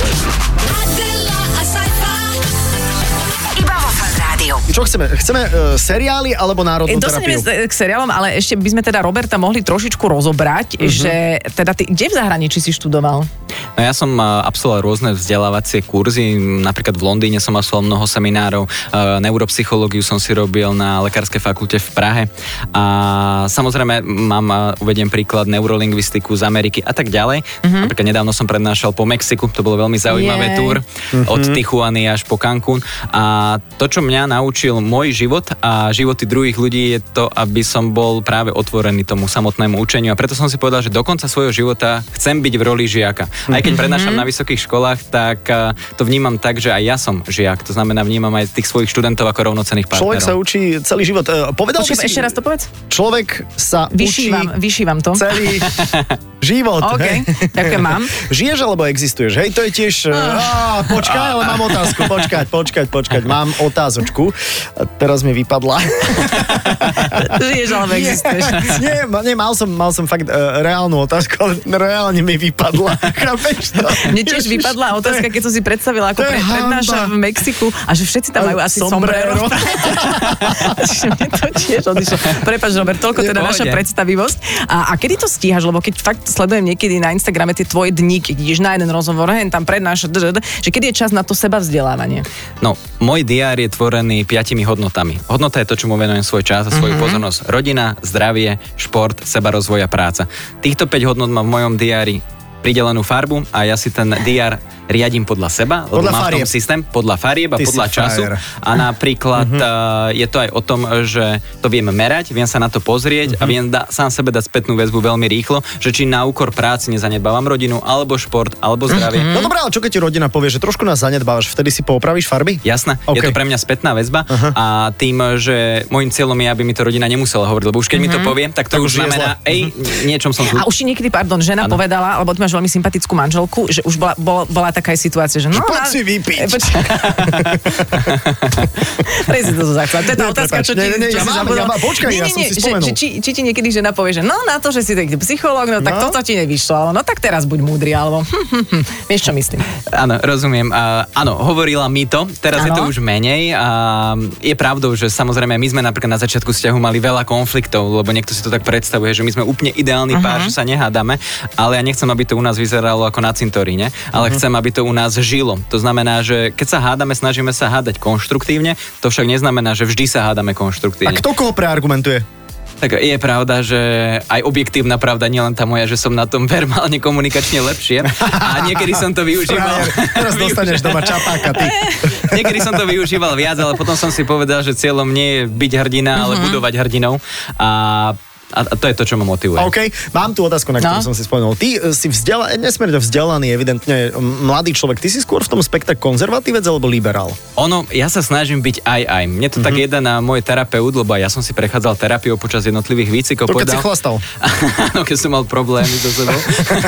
Čo chceme? Chceme uh, seriály alebo národnú Dostaneme terapiu? Dostaneme k seriálom, ale ešte by sme teda Roberta mohli trošičku rozobrať, uh-huh. že teda ty, kde v zahraničí si študoval? No ja som uh, absolvoval rôzne vzdelávacie kurzy, napríklad v Londýne som absolvoval mnoho seminárov, uh, neuropsychológiu som si robil na Lekárskej fakulte v Prahe a samozrejme mám, uh, uvediem príklad, neurolingvistiku z Ameriky a tak ďalej. Uh-huh. Napríklad nedávno som prednášal po Mexiku, to bolo veľmi zaujímavé yeah. túr, uh-huh. od Tijuany až po Cancún a to, čo mňa naučil môj život a životy druhých ľudí je to, aby som bol práve otvorený tomu samotnému učeniu a preto som si povedal, že do konca svojho života chcem byť v roli žiaka. Aj keď prednášam na vysokých školách, tak to vnímam tak, že aj ja som žiak. To znamená, vnímam aj tých svojich študentov ako rovnocenných partnerov. Človek sa učí celý život. Povedal Počuť, by si... Ešte raz to povedz. Človek sa vyšívam, učí... Vyšívam to. Celý život. OK, ďakujem, mám. Žiješ alebo existuješ? Hej, to je tiež... Á, počkaj, ale mám otázku. Počkať, počkať, počkať. Mám otázočku. Teraz mi vypadla. Žiješ alebo existuješ? Nie, nie mal, som, mal som fakt uh, reálnu otázku, ale reálne mi vypadla. Chápeš to? Mne tiež vypadla otázka, keď som si predstavila, ako pre, prednáša v Mexiku a že všetci tam majú asi sombrero. Mne to tiež odišlo. Prepáč, Robert, toľko teda naša predstavivosť. A, a kedy to stíhaš? Lebo keď fakt sledujem niekedy na Instagrame tie tvoje dni, keď ideš na jeden rozhovor, hen tam prednáša, že kedy je čas na to seba vzdelávanie? No, môj diár je tvorený piatimi hodnotami. Hodnota je to, čomu venujem svoj čas a svoju mm-hmm. pozornosť. Rodina, zdravie, šport, sebarozvoj a práca. Týchto päť hodnot má v mojom diári pridelenú farbu a ja si ten diár riadím podľa seba, lebo podľa mám farieb. v tom systém, podľa farieb a Ty podľa času. frajer. A napríklad uh-huh. je to aj o tom, že to viem merať, viem sa na to pozrieť uh-huh. a viem da, sám sebe dať spätnú väzbu veľmi rýchlo, že či na úkor práci nezanedbávam rodinu, alebo šport, alebo zdravie. Uh-huh. No dobré, ale čo keď ti rodina povie, že trošku nás zanedbávaš, vtedy si poopravíš farby? Jasné, okay. Je to pre mňa spätná väzba uh-huh. a tým, že môjim cieľom je, aby mi to rodina nemusela hovoriť, lebo už keď uh-huh. mi to povie, tak to, to už znamená, ej, uh-huh. niečom som zl... A už si niekedy, pardon, žena ano. povedala, alebo ty máš veľmi sympatickú manželku, že už bola, bola, bola taká situácia, že no, poď si vypiť. Prej si to zo základ. To je tá no, otázka, čo ti... Ne, ne, ja mám, ja mám, počkaj, nie, ja som nie, si spomenul. Že, či, či ti niekedy žena povie, že no na to, že si taký psychológ, no tak no. toto ti nevyšlo, alebo no tak teraz buď múdry, alebo hm, hm, hm. Vieš, čo myslím? Áno, rozumiem. Uh, áno, hovorila mi to, teraz ano. Je to už menej a je pravdou, že samozrejme my sme napríklad na začiatku vzťahu mali veľa konfliktov, lebo niekto si to tak predstavuje, že my sme úplne ideálny uh-huh. pár, že sa nehádame, ale ja nechcem, aby to u nás vyzeralo ako na cintoríne, ale uh-huh. chcem, aby to u nás žilo. To znamená, že keď sa hádame, snažíme sa hádať konštruktívne, to však neznamená, že vždy sa hádame konštruktívne. A kto koho preargumentuje? Tak je pravda, že aj objektívna pravda, nielen tá moja, že som na tom verbálne komunikačne lepšie a niekedy som to využíval. Teraz dostaneš doma čapáka, ty. Niekedy som to využíval viac, ale potom som si povedal, že cieľom nie je byť hrdina, ale uh-huh. budovať hrdinou. A A to je to, čo ma motivuje. OK, mám tu otázku, na ktorú no. som si spomenul. Ty si vzdela, nesmierne vzdelaný, evidentne mladý človek. Ty si skôr v tom spektre konzervatívec alebo liberál? Ono, ja sa snažím byť aj aj. Mne to mm-hmm. tak jeden môj terapeut, lebo ja som si prechádzal terapiou počas jednotlivých výcvikov. To keď povedal, si chlastal. Áno, keď som mal problémy so sebou.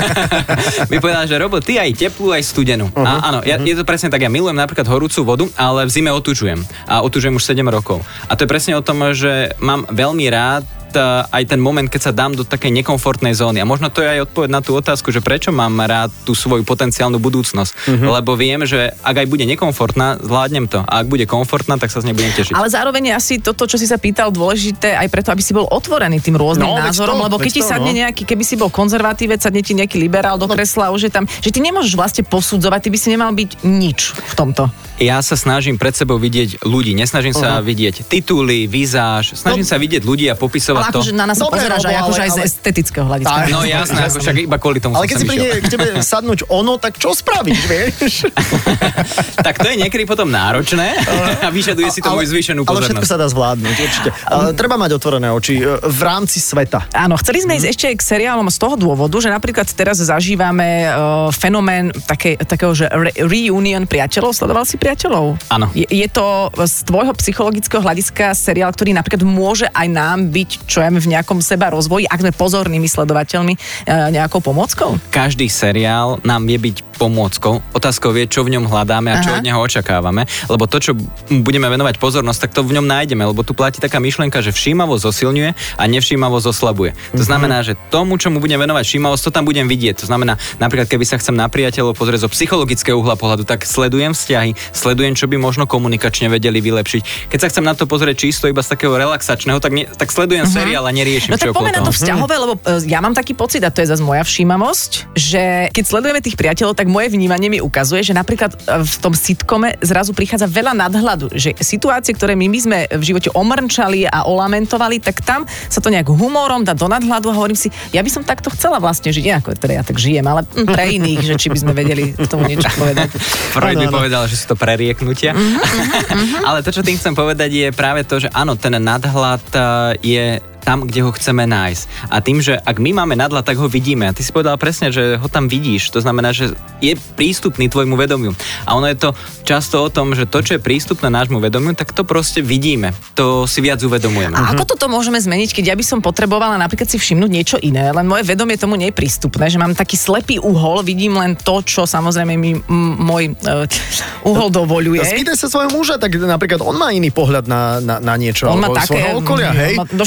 Mi povedal, že Robo, ty aj teplú, aj studenú. Uh-huh. A áno, ja, uh-huh. je to presne tak. Ja milujem napríklad horúcu vodu, ale v zime otužujem. A otužujem už sedem rokov. A to je presne o tom, že mám veľmi rád aj ten moment, keď sa dám do takej nekomfortnej zóny. A možno to je aj odpoveď na tú otázku, že prečo mám rád tú svoju potenciálnu budúcnosť. Mm-hmm. Lebo viem, že ak aj bude nekomfortná, zvládnem to. A ak bude komfortná, tak sa z nej budem tešiť. Ale zároveň je asi toto, čo si sa pýtal, dôležité aj preto, aby si bol otvorený tým rôznym no, názorom, to, lebo keď ti sadne no. nejaký, keby si bol konzervatívec, sadne ti nejaký liberál do kresla, no. už je tam, že ty nemôžeš vlastne posudzovať, ty by si nemal byť nič v tomto. Ja sa snažím pred sebou vidieť ľudí, nesnažím uh-huh. sa vidieť tituly, vizáž, snažím no. sa vidieť ľudí a popisovať ale to. Akože na nás sa pozeráš aj, akože aj z estetického hľadiska. Tak, no jasné, ako však iba kvôli tomu ale keď si príde k tebe sadnúť ono, tak čo spravíš, vieš? Tak to je niekedy potom náročné a vyžaduje si to moju zvýšenú pozornosť. Ale všetko sa dá zvládnuť, určite. Ale treba mať otvorené oči v rámci sveta. Áno, chceli sme ísť ešte k seriálom z toho dôvodu, že napríklad teraz zažívame uh, fenomén také, takého, že re- reunion priateľov. Sledoval si priateľov? Áno. Je, je to z tvojho psychologického hľadiska seriál, ktorý napríklad môže aj nám byť, čo ja v nejakom seba rozvoji, ak sme pozornými sledovateľmi, nejakou pomôckou? Každý seriál nám vie byť pomôckou. Otázkou je, čo v ňom hľadáme a čo Aha. od neho očakávame, lebo to, čo budeme venovať pozornosť, tak to v ňom nájdeme, lebo tu platí taká myšlienka, že všímavosť zosilňuje a nevšímavosť oslabuje. To znamená, že tomu, čomu budem venovať všímavosť, to tam budem vidieť. To znamená, napríklad keby sa chcem na priateľov pozrieť zo psychologického uhla pohľadu, tak sledujem vzťahy, sledujem, čo by možno komunikačne vedeli vylepšiť. Keď sa chcem na to pozrieť čisto iba z takého relaxačného, tak, ne, tak sledujem uh-huh. seriál a neriešim no, čo okolo toho. No tak poďme na to vzťahové, lebo ja mám taký pocit, a to je zase moja všímavosť, že keď sledujeme tých priateľov, tak moje vnímanie mi ukazuje, že napríklad v tom sitcome zrazu prichádza veľa nadhľadu, že situácie, ktoré my, my sme v živote omrčali a olamentovali, tak tam sa to nejak humorom dá do nadhľadu a hovorím si, ja by som takto chcela vlastne žiť, nejako teda ja tak žijem, ale pre iných, že či by sme vedeli k tomu niečo povedať. Freud by povedal, že sú to prerieknutia. Uh-huh, uh-huh. Ale to, čo tým chcem povedať, je práve to, že áno, ten nadhľad je tam, kde ho chceme nájsť. A tým, že ak my máme nadhľad, tak ho vidíme. A ty si povedal presne, že ho tam vidíš. To znamená, že je prístupný tvojmu vedomiu. A ono je to často o tom, že to, čo je prístupné nášmu vedomiu, tak to proste vidíme. To si viac uvedomujeme. A ako toto môžeme zmeniť, keď ja by som potrebovala napríklad si všimnúť niečo iné, len moje vedomie tomu nie je prístupné, že mám taký slepý uhol, vidím len to, čo samozrejme mi m- môj uh, uhol dovoľuje. Spýtaj sa svojho muža, tak napríklad on má iný pohľad na, na, na niečo. On má také, okolia, hej? No však veď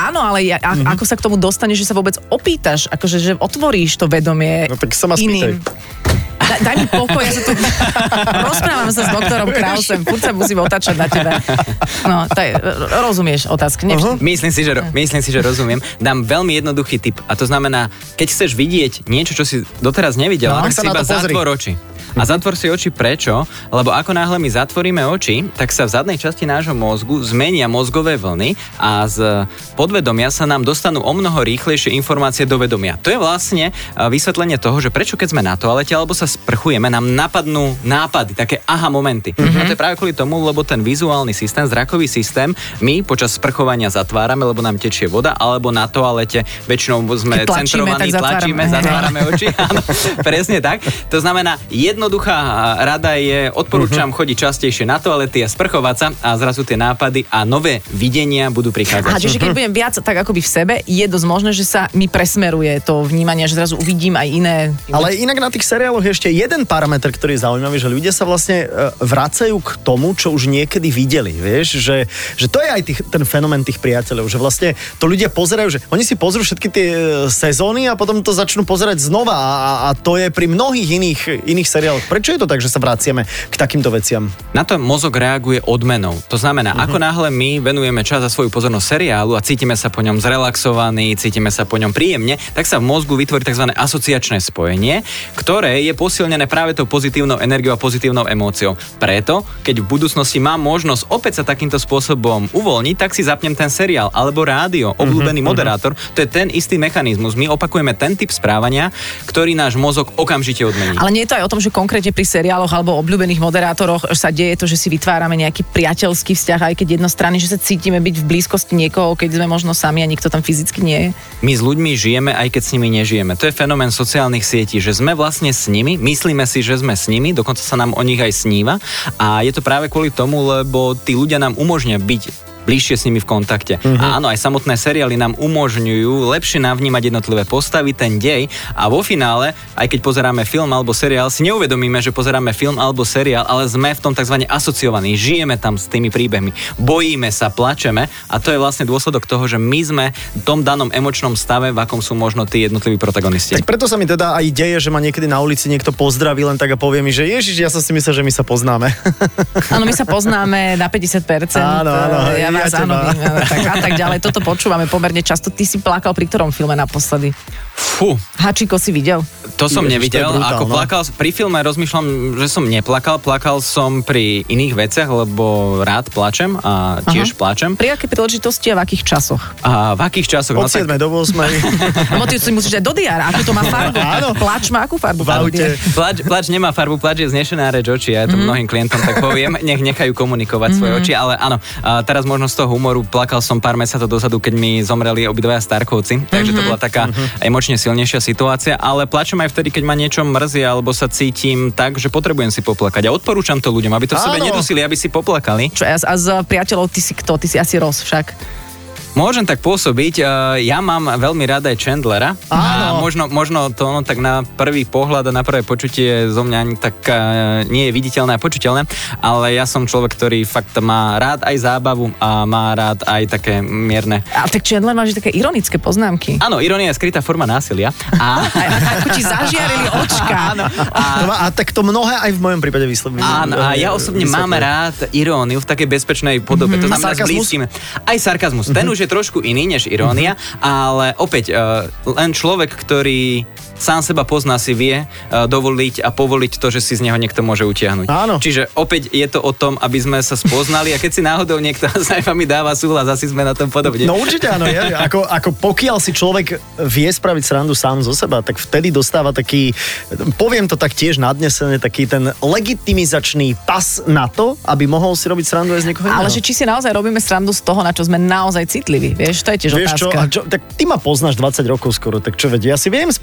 áno, ale ja, a, mm-hmm. ako sa k tomu dostaneš, že sa vôbec opýtaš, akože, že otvoríš to vedomie no, tak sa ma iným. Da, daj mi pokoj, ja sa tu rozprávam sa s doktorom Krausem, furt sa musím otáčať na tebe. No, taj, rozumieš otázky? Uh-huh. Myslím si, že, myslím si, že rozumiem. Dám veľmi jednoduchý tip a to znamená, keď chceš vidieť niečo, čo si doteraz nevidel, no, tak si iba zatvor oči. A zatvor si oči prečo? Lebo ako náhle my zatvoríme oči, tak sa v zadnej časti nášho mozgu zmenia mozgové vlny a z podvedomia sa nám dostanú o mnoho rýchlejšie informácie do vedomia. To je vlastne vysvetlenie toho, že prečo keď sme na toalete alebo sa sprchujeme, nám napadnú nápady, také aha momenty. Mm-hmm. A to je práve kvôli tomu, lebo ten vizuálny systém, zrakový systém, my počas sprchovania zatvárame, lebo nám tečie voda, alebo na toalete väčšinou sme tlačíme, centrovaní, tlačíme, zatvárame oči. Áno, presne tak. To znamená, jednoduchá rada je, odporúčam uh-huh. chodiť častejšie na toalety a sprchovať sa a zrazu tie nápady a nové videnia budú prichádzať. A čiže keď budem viac tak akoby v sebe, je dosť možné, že sa mi presmeruje to vnímanie, že zrazu uvidím aj iné. Ale inak na tých seriáloch je ešte jeden parameter, ktorý je zaujímavý, že ľudia sa vlastne vracajú k tomu, čo už niekedy videli, vieš, že, že to je aj tých, ten fenomén tých priateľov, že vlastne to ľudia pozerajú, že oni si pozrú všetky tie sezóny a potom to začnú pozerať znova a, a to je pri mnohých iných, iných seriáloch. Prečo je to tak, že sa vraciame k takýmto veciam? Na to mozog reaguje odmenou. To znamená, uh-huh. ako náhle my venujeme čas a svoju pozornosť seriálu a cítime sa po ňom zrelaxovaní, cítime sa po ňom príjemne, tak sa v mozgu vytvorí tzv. Asociačné spojenie, ktoré je posilnené práve tou pozitívnou energiou a pozitívnou emóciou. Preto, keď v budúcnosti mám možnosť opäť sa takýmto spôsobom uvoľniť, tak si zapnem ten seriál alebo rádio, obľúbený uh-huh. moderátor. To je ten istý mechanizmus. My opakujeme ten typ správania, ktorý náš mozog okamžite odmení. Ale nie je to aj o tom, že konkrétne pri seriáloch alebo obľúbených moderátoroch sa deje to, že si vytvárame nejaký priateľský vzťah, aj keď jednostranný, že sa cítime byť v blízkosti niekoho, keď sme možno sami a nikto tam fyzicky nie je. My s ľuďmi žijeme, aj keď s nimi nežijeme. To je fenomén sociálnych sietí, že sme vlastne s nimi, myslíme si, že sme s nimi, dokonca sa nám o nich aj sníva a je to práve kvôli tomu, lebo tí ľudia nám umožňujú byť bližšie s nimi v kontakte. Uh-huh. A áno, aj samotné seriály nám umožňujú lepšie navnímať jednotlivé postavy, ten dej a vo finále, aj keď pozeráme film alebo seriál, si neuvedomíme, že pozeráme film alebo seriál, ale sme v tom tzv. Asociovaní, žijeme tam s tými príbehmi, bojíme sa, plačeme a to je vlastne dôsledok toho, že my sme v tom danom emočnom stave, v akom sú možno tí jednotliví protagonisti. Tak preto sa mi teda aj deje, že ma niekedy na ulici niekto pozdraví len tak a povie mi, že Ježiš, ja som si myslel, že my sa poznáme. Áno, my sa poznáme na päťdesiat percent. Áno, áno. Ja vás, ja áno, tak, a tak ďalej. Toto počúvame pomerne často. Ty si plakal pri ktorom filme naposledy? Fú. Hačiko si videl? To som Ježiš, nevidel. to brutál, Ako no? plakal, pri filme rozmýšľam, že som neplakal. Plakal som pri iných veciach, lebo rád plačem a tiež Aha. plačem. Pri akej príležitosti a v akých časoch? A v akých časoch? Od siedmej do ôsmej. No ty si musíš dať do diára. Akú to má farbu? Áno. Plač má akú farbu? V aute. Plač, plač nemá farbu, plač je znešená reč očí. Ja to mm-hmm. mnohým klientom tak poviem. Nech nechajú komunikovať mm-hmm. svoje oči. Ale áno, a teraz možno z toho humoru plakal som pár mesiacov dozadu, keď mi zomreli obidvaja Starkovci. Takže mm-hmm. to bola taká mm-hmm. emočne silnejšia situácia. Ale plačem aj vtedy, keď ma niečo mrzí alebo sa cítim tak, že potrebujem si poplakať. A odporúčam to ľuďom, aby to v sebe nedusili, aby si poplakali. Čo, a z priateľov ty si kto? Ty si asi Ross však. Môžem tak pôsobiť. Ja mám veľmi rád aj Chandlera. Áno. A možno, možno to ono tak na prvý pohľad a na prvé počutie zo mňa ani tak nie je viditeľné a počuteľné, ale ja som človek, ktorý fakt má rád aj zábavu a má rád aj také mierne. A tak Chandler máš také ironické poznámky. Áno, ironia je skrytá forma násilia. A, a, a ako ti zažiarili očka. Áno. A, a tak to mnohé aj v mojom prípade vyslovili. Áno, a ja osobne vyslovili. Mám rád iróniu v takej bezpečnej podobe. Mm-hmm. To znamená s blízkym. Aj sarkazmus. Mm-hmm. Ten už je trošku iný než irónia, uh-huh. ale opäť uh, len človek, ktorý sám seba pozná, si vie uh, dovoliť a povoliť to, že si z neho niekto môže utiahnuť. Áno. Čiže opäť je to o tom, aby sme sa spoznali a keď si náhodou niekto s nami dáva súhlas, asi sme na tom podobne. No určite áno. Je, ako, ako pokiaľ si človek vie spraviť srandu sám zo seba, tak vtedy dostáva taký, poviem to tak tiež nadnesene, taký ten legitimizačný pas na to, aby mohol si robiť srandu aj z niekoho iného. Ale že či si naozaj robíme srandu z toho, na čo sme naozaj citliví, vieš, to je tiež vieš otázka. Čo, čo, tak ty ma poznáš dvadsať rokov skoro, tak čo veď, ja si viem spraviť srandu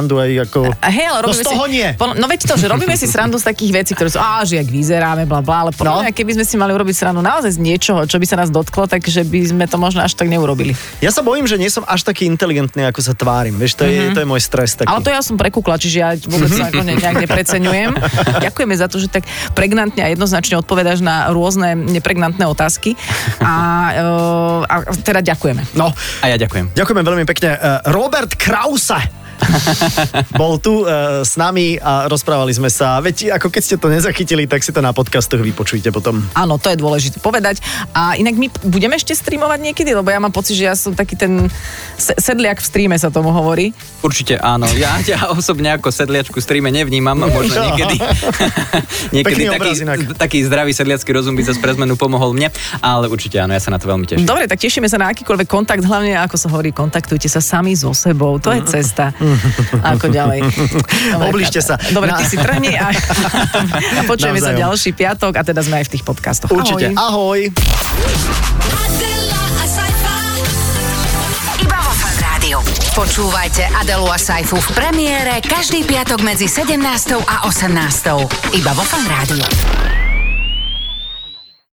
srandu aj ako... A hej, ale no robíme z toho si, nie. Po, no veď to, že robíme si srandu z takých vecí, ktoré sú, á, že jak vyzeráme, bla bla, ale podľa No. mňa, keby sme si mali urobiť srandu naozaj z niečoho, čo by sa nás dotklo, takže by sme to možno až tak neurobili. Ja sa bojím, že nie som až taký inteligentný, ako sa tvárim. Vieš, to, mm-hmm. je, to je môj stres taký. Ale to ja som prekúkla, čiže ja vôbec sa ako ne, nejak nepreceňujem. Ďakujeme za to, že tak pregnantne a jednoznačne odpovedáš na rôzne nepregnantné otázky. A, uh, a teda ďakujeme. No. A ja ďakujem. Ďakujeme veľmi pekne. Uh, Robert Krause bol tu uh, s nami a rozprávali sme sa. Veď ako keď ste to nezachytili, tak si to na podcastoch vypočujte potom. Áno, to je dôležité povedať. A inak my budeme ešte streamovať niekedy, lebo ja mám pocit, že ja som taký ten sedliak v streame, sa tomu hovorí. Určite áno. Ja ťa osobne ako sedliačku streame nevnímam, možno niekedy. niekedy taký, taký zdravý sedliacký rozum by sa pre zmenu pomohol mne, ale určite áno, ja sa na to veľmi teším. Dobre, tak tešíme sa na akýkoľvek kontakt, hlavne ako sa hovorí, kontaktujte sa sami so sebou, to je cesta. A ako ďalej. Oblížte sa. Dobre, Na... ty si trhni a, a počujeme sa ďalší piatok a teda sme aj v tých podcastoch. Určite. Ahoj. Iba vo Fan Rádiu. Počúvajte Adelu a Saifu v premiére každý piatok medzi sedemnástou a osemnástou. Iba vo Fan Rádiu.